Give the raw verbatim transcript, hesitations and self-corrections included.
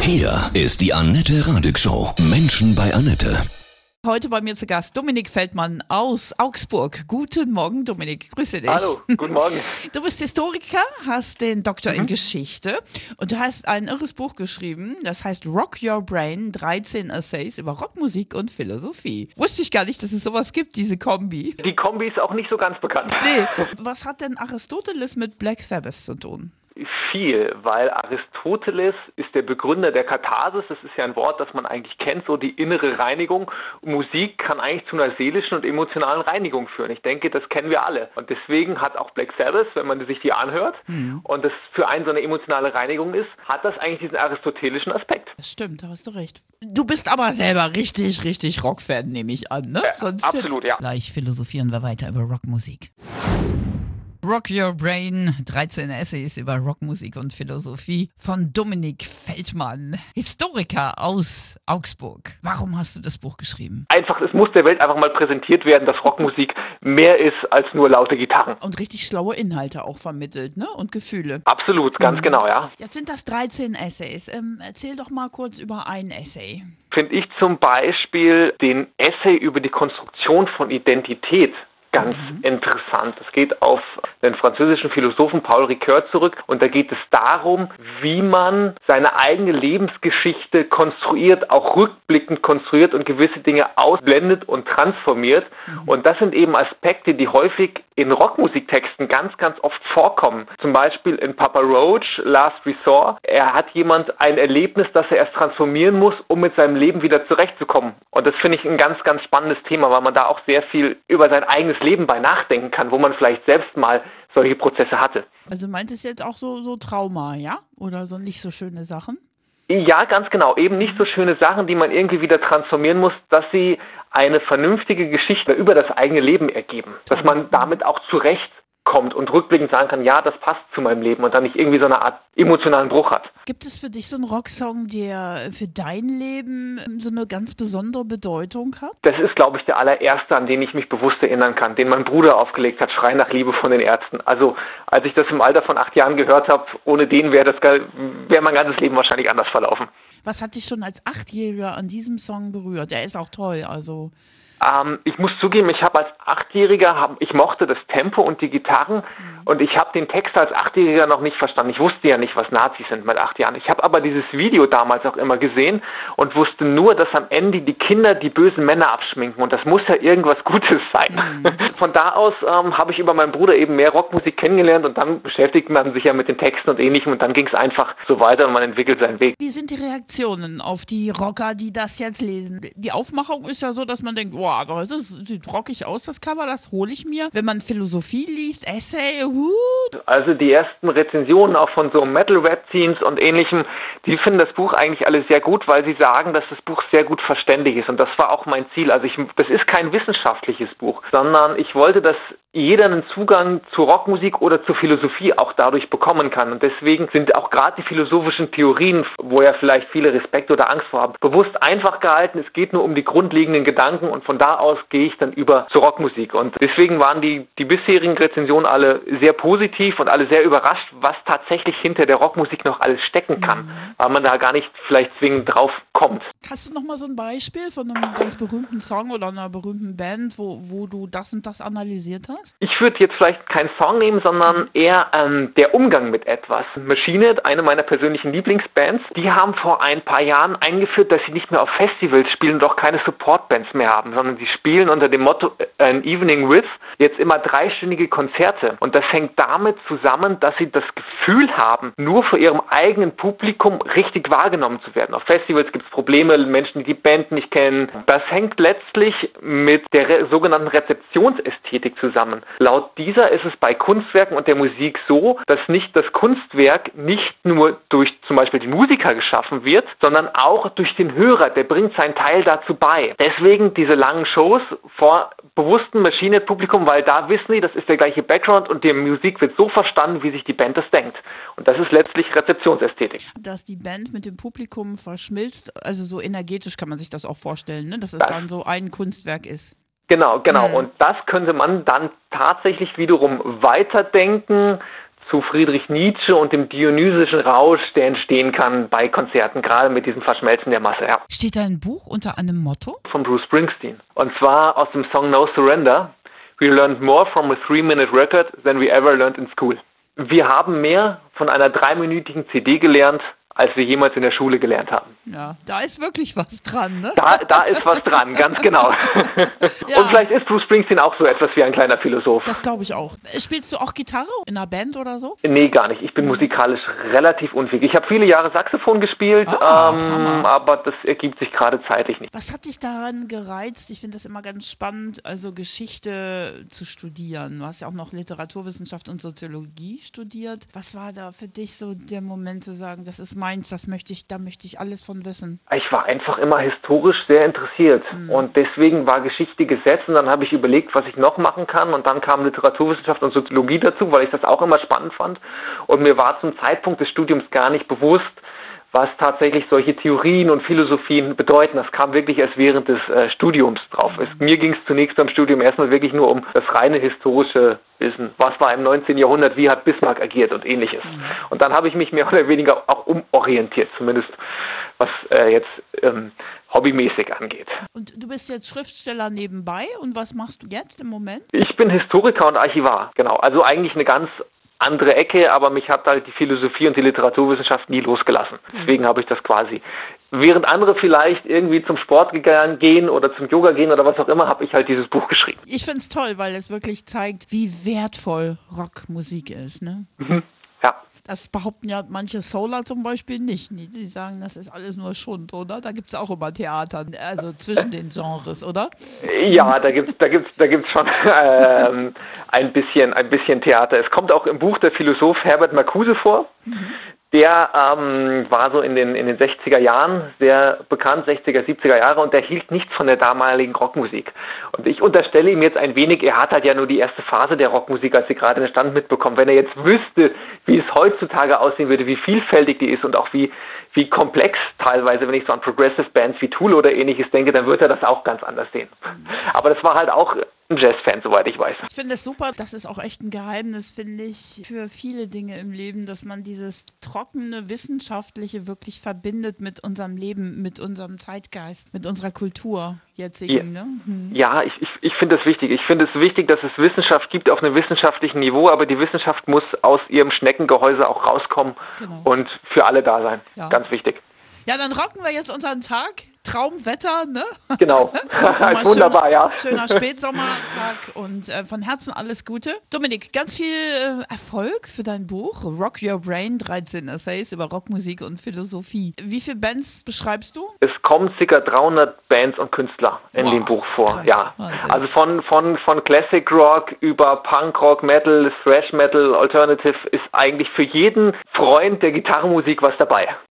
Hier ist die Annette Radig Show. Menschen bei Annette. Heute bei mir zu Gast Dominik Feldmann aus Augsburg. Guten Morgen, Dominik. Grüße dich. Hallo, guten Morgen. Du bist Historiker, hast den Doktor Mhm. in Geschichte und du hast ein irres Buch geschrieben, das heißt Rock Your Brain, dreizehn Essays über Rockmusik und Philosophie. Wusste ich gar nicht, dass es sowas gibt, diese Kombi. Die Kombi ist auch nicht so ganz bekannt. Nee. Was hat denn Aristoteles mit Black Sabbath zu tun? Viel, weil Aristoteles ist der Begründer der Katharsis. Das ist ja ein Wort, das man eigentlich kennt, so die innere Reinigung. Musik kann eigentlich zu einer seelischen und emotionalen Reinigung führen. Ich denke, das kennen wir alle. Und deswegen hat auch Black Sabbath, wenn man sich die anhört, mhm. und das für einen so eine emotionale Reinigung ist, hat das eigentlich diesen aristotelischen Aspekt. Das stimmt, da hast du recht. Du bist aber selber richtig, richtig Rockfan, nehme ich an, ne? Ja, Sonst absolut, ja. Gleich philosophieren wir weiter über Rockmusik. Rock Your Brain, dreizehn Essays über Rockmusik und Philosophie von Dominik Feldmann, Historiker aus Augsburg. Warum hast du das Buch geschrieben? Einfach, es muss der Welt einfach mal präsentiert werden, dass Rockmusik mehr ist als nur laute Gitarren. Und richtig schlaue Inhalte auch vermittelt, ne? Und Gefühle. Absolut, ganz mhm. genau, ja. Jetzt sind das dreizehn Essays. Ähm, erzähl doch mal kurz über ein Essay. Finde ich zum Beispiel den Essay über die Konstruktion von Identität ganz mhm. interessant. Es geht auf den französischen Philosophen Paul Ricoeur zurück und da geht es darum, wie man seine eigene Lebensgeschichte konstruiert, auch rückblickend konstruiert und gewisse Dinge ausblendet und transformiert. Mhm. Und das sind eben Aspekte, die häufig in Rockmusiktexten ganz, ganz oft vorkommen. Zum Beispiel in Papa Roach, Last Resort. Er hat jemand ein Erlebnis, das er erst transformieren muss, um mit seinem Leben wieder zurechtzukommen. Und das finde ich ein ganz, ganz spannendes Thema, weil man da auch sehr viel über sein eigenes Leben bei nachdenken kann, wo man vielleicht selbst mal solche Prozesse hatte. Also meint es jetzt auch so, so Trauma, ja? Oder so nicht so schöne Sachen? Ja, ganz genau. Eben nicht so schöne Sachen, die man irgendwie wieder transformieren muss, dass sie eine vernünftige Geschichte über das eigene Leben ergeben. Dass man damit auch zurechtkommt und rückblickend sagen kann, ja, das passt zu meinem Leben und dann nicht irgendwie so eine Art emotionalen Bruch hat. Gibt es für dich so einen Rocksong, der für dein Leben so eine ganz besondere Bedeutung hat? Das ist, glaube ich, der allererste, an den ich mich bewusst erinnern kann, den mein Bruder aufgelegt hat, Schrei nach Liebe von den Ärzten. Also als ich das im Alter von acht Jahren gehört habe, ohne den wäre das wäre mein ganzes Leben wahrscheinlich anders verlaufen. Was hat dich schon als Achtjähriger an diesem Song berührt? Der ist auch toll, also... Ähm, ich muss zugeben, ich habe als Achtjähriger, hab, ich mochte das Tempo und die Gitarren mhm. und ich habe den Text als Achtjähriger noch nicht verstanden. Ich wusste ja nicht, was Nazis sind mit acht Jahren. Ich habe aber dieses Video damals auch immer gesehen und wusste nur, dass am Ende die Kinder die bösen Männer abschminken und das muss ja irgendwas Gutes sein. Mhm. Von da aus ähm, habe ich über meinen Bruder eben mehr Rockmusik kennengelernt und dann beschäftigt man sich ja mit den Texten und Ähnlichem und dann ging es einfach so weiter und man entwickelt seinen Weg. Wie sind die Reaktionen auf die Rocker, die das jetzt lesen? Die Aufmachung ist ja so, dass man denkt, wow, aber das sieht rockig aus, das Cover, das hole ich mir. Wenn man Philosophie liest, Essay, huh. Also die ersten Rezensionen auch von so Metal-Rap-Teens und Ähnlichem, die finden das Buch eigentlich alle sehr gut, weil sie sagen, dass das Buch sehr gut verständlich ist. Und das war auch mein Ziel. Also ich, das ist kein wissenschaftliches Buch, sondern ich wollte, dass jeder einen Zugang zur Rockmusik oder zur Philosophie auch dadurch bekommen kann. Und deswegen sind auch gerade die philosophischen Theorien, wo ja vielleicht viele Respekt oder Angst vor haben, bewusst einfach gehalten. Es geht nur um die grundlegenden Gedanken und von da aus gehe ich dann über zur Rockmusik. Und deswegen waren die, die bisherigen Rezensionen alle sehr positiv und alle sehr überrascht, was tatsächlich hinter der Rockmusik noch alles stecken kann, mhm. weil man da gar nicht vielleicht zwingend drauf kommt. Hast du noch mal so ein Beispiel von einem ganz berühmten Song oder einer berühmten Band, wo, wo du das und das analysiert hast? Ich würde jetzt vielleicht keinen Song nehmen, sondern eher ähm, der Umgang mit etwas. Machine, eine meiner persönlichen Lieblingsbands, die haben vor ein paar Jahren eingeführt, dass sie nicht mehr auf Festivals spielen und auch keine Supportbands mehr haben, sondern sie spielen unter dem Motto An Evening With jetzt immer dreistündige Konzerte. Und das hängt damit zusammen, dass sie das Gefühl haben, nur vor ihrem eigenen Publikum richtig wahrgenommen zu werden. Auf Festivals gibt es Probleme, Menschen, die die Band nicht kennen. Das hängt letztlich mit der re- sogenannten Rezeptionsästhetik zusammen. Laut dieser ist es bei Kunstwerken und der Musik so, dass nicht das Kunstwerk nicht nur durch zum Beispiel die Musiker geschaffen wird, sondern auch durch den Hörer. Der bringt seinen Teil dazu bei. Deswegen diese langen Shows vor bewusstem Machine-Publikum, weil da wissen sie, das ist der gleiche Background und die Musik wird so verstanden, wie sich die Band das denkt. Und das ist letztlich Rezeptionsästhetik. Dass die Band mit dem Publikum verschmilzt, also so energetisch kann man sich das auch vorstellen, ne? Dass es das dann so ein Kunstwerk ist. Genau, genau. Mhm. Und das könnte man dann tatsächlich wiederum weiterdenken zu Friedrich Nietzsche und dem dionysischen Rausch, der entstehen kann bei Konzerten, gerade mit diesem Verschmelzen der Masse. Ja. Steht dein Buch unter einem Motto? Von Bruce Springsteen. Und zwar aus dem Song No Surrender. We learned more from a three-minute record than we ever learned in school. Wir haben mehr von einer dreiminütigen C D gelernt, als wir jemals in der Schule gelernt haben. Ja, da ist wirklich was dran, ne? Da, da ist was dran, ganz genau. Ja. Und vielleicht ist Bruce Springsteen auch so etwas wie ein kleiner Philosoph. Das glaube ich auch. Spielst du auch Gitarre in einer Band oder so? Nee, gar nicht. Ich bin musikalisch relativ unfähig. Ich habe viele Jahre Saxophon gespielt, Ah, ähm, aber das ergibt sich gerade zeitlich nicht. Was hat dich daran gereizt? Ich finde das immer ganz spannend, also Geschichte zu studieren. Du hast ja auch noch Literaturwissenschaft und Soziologie studiert. Was war da für dich so der Moment zu sagen, das ist meins, das möchte ich, da möchte ich alles von wissen? Ich war einfach immer historisch sehr interessiert mhm. und deswegen war Geschichte gesetzt und dann habe ich überlegt, was ich noch machen kann und dann kam Literaturwissenschaft und Soziologie dazu, weil ich das auch immer spannend fand und mir war zum Zeitpunkt des Studiums gar nicht bewusst, was tatsächlich solche Theorien und Philosophien bedeuten. Das kam wirklich erst während des äh, Studiums drauf. Es, mir ging es zunächst beim Studium erstmal wirklich nur um das reine historische Wissen. Was war im neunzehnten Jahrhundert, wie hat Bismarck agiert und ähnliches. Mhm. Und dann habe ich mich mehr oder weniger auch umorientiert, zumindest was äh, jetzt ähm, hobbymäßig angeht. Und du bist jetzt Schriftsteller nebenbei und was machst du jetzt im Moment? Ich bin Historiker und Archivar, genau. Also eigentlich eine ganz andere Ecke, aber mich hat halt die Philosophie und die Literaturwissenschaft nie losgelassen. Deswegen habe ich das quasi, während andere vielleicht irgendwie zum Sport gegangen gehen oder zum Yoga gehen oder was auch immer, habe ich halt dieses Buch geschrieben. Ich finde es toll, weil es wirklich zeigt, wie wertvoll Rockmusik ist, ne? Mhm. Ja. Das behaupten ja manche Souler zum Beispiel nicht. Die sagen, das ist alles nur Schund, oder? Da gibt es auch immer Theater, also zwischen den Genres, oder? Ja, da gibt's, da gibt's, da gibt's schon ähm, ein bisschen, ein bisschen Theater. Es kommt auch im Buch der Philosoph Herbert Marcuse vor. Mhm. Der ähm, war so in den, in den sechziger Jahren sehr bekannt, sechziger, siebziger Jahre, und der hielt nichts von der damaligen Rockmusik. Und ich unterstelle ihm jetzt ein wenig, er hat halt ja nur die erste Phase der Rockmusik, als sie gerade entstanden, mitbekommen. Wenn er jetzt wüsste, wie es heutzutage aussehen würde, wie vielfältig die ist und auch wie, wie komplex teilweise, wenn ich so an Progressive Bands wie Tool oder ähnliches denke, dann würde er das auch ganz anders sehen. Aber das war halt auch ein Jazz-Fan, soweit ich weiß. Ich finde es super, das ist auch echt ein Geheimnis, finde ich, für viele Dinge im Leben, dass man dieses trockene, wissenschaftliche wirklich verbindet mit unserem Leben, mit unserem Zeitgeist, mit unserer Kultur jetzigen. Ja, ne? hm. ja ich, ich, ich finde das wichtig. Ich finde es wichtig, dass es Wissenschaft gibt auf einem wissenschaftlichen Niveau, aber die Wissenschaft muss aus ihrem Schneckengehäuse auch rauskommen genau. und für alle da sein. Ja. Ganz wichtig. Ja, dann rocken wir jetzt unseren Tag. Traumwetter, ne? Genau. Wunderbar, schöner, ja. Schöner Spätsommertag und äh, von Herzen alles Gute. Dominik, ganz viel äh, Erfolg für dein Buch Rock Your Brain, dreizehn Essays über Rockmusik und Philosophie. Wie viele Bands beschreibst du? Es kommen ca. dreihundert Bands und Künstler in wow, dem Buch vor. Krass, ja. Wahnsinn. Also von, von, von Classic Rock über Punk Rock, Metal, Thrash Metal, Alternative ist eigentlich für jeden Freund der Gitarrenmusik was dabei.